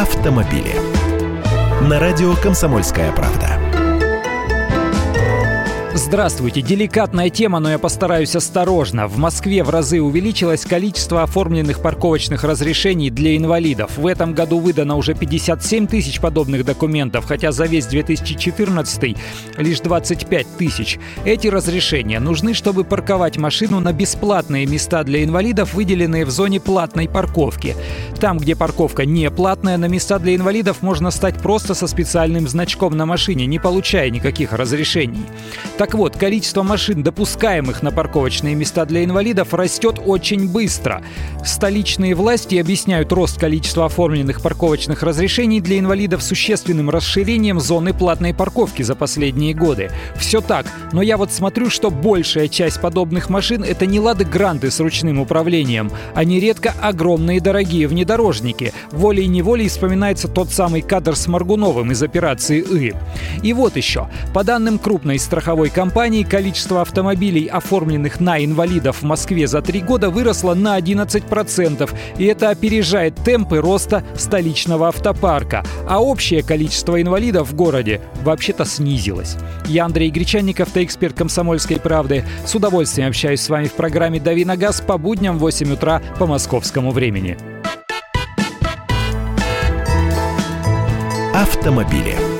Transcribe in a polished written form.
автомобили. На радио «Комсомольская правда». Здравствуйте. Деликатная тема, но я постараюсь осторожно. В Москве в разы увеличилось количество оформленных парковочных разрешений для инвалидов. В этом году выдано уже 57 тысяч подобных документов, хотя за весь 2014 лишь 25 тысяч. Эти разрешения нужны, чтобы парковать машину на бесплатные места для инвалидов, выделенные в зоне платной парковки. Там, где парковка не платная, на места для инвалидов можно стать просто со специальным значком на машине, не получая никаких разрешений. Так вот, количество машин, допускаемых на парковочные места для инвалидов, растет очень быстро. Столичные власти объясняют рост количества оформленных парковочных разрешений для инвалидов существенным расширением зоны платной парковки за последние годы. Все так, но я вот смотрю, что большая часть подобных машин — это не «Лады Гранты» с ручным управлением, а нередко огромные дорогие внедорожники. Волей-неволей вспоминается тот самый кадр с Моргуновым из «Операции И». И вот еще. По данным крупной страховой компании, количество автомобилей, оформленных на инвалидов в Москве за 3 года, выросло на 11%. И это опережает темпы роста столичного автопарка. А общее количество инвалидов в городе вообще-то снизилось. Я Андрей Гречанников, эксперт «Комсомольской правды». С удовольствием общаюсь с вами в программе «Дави на газ» по будням в 8 утра по московскому времени. Автомобили.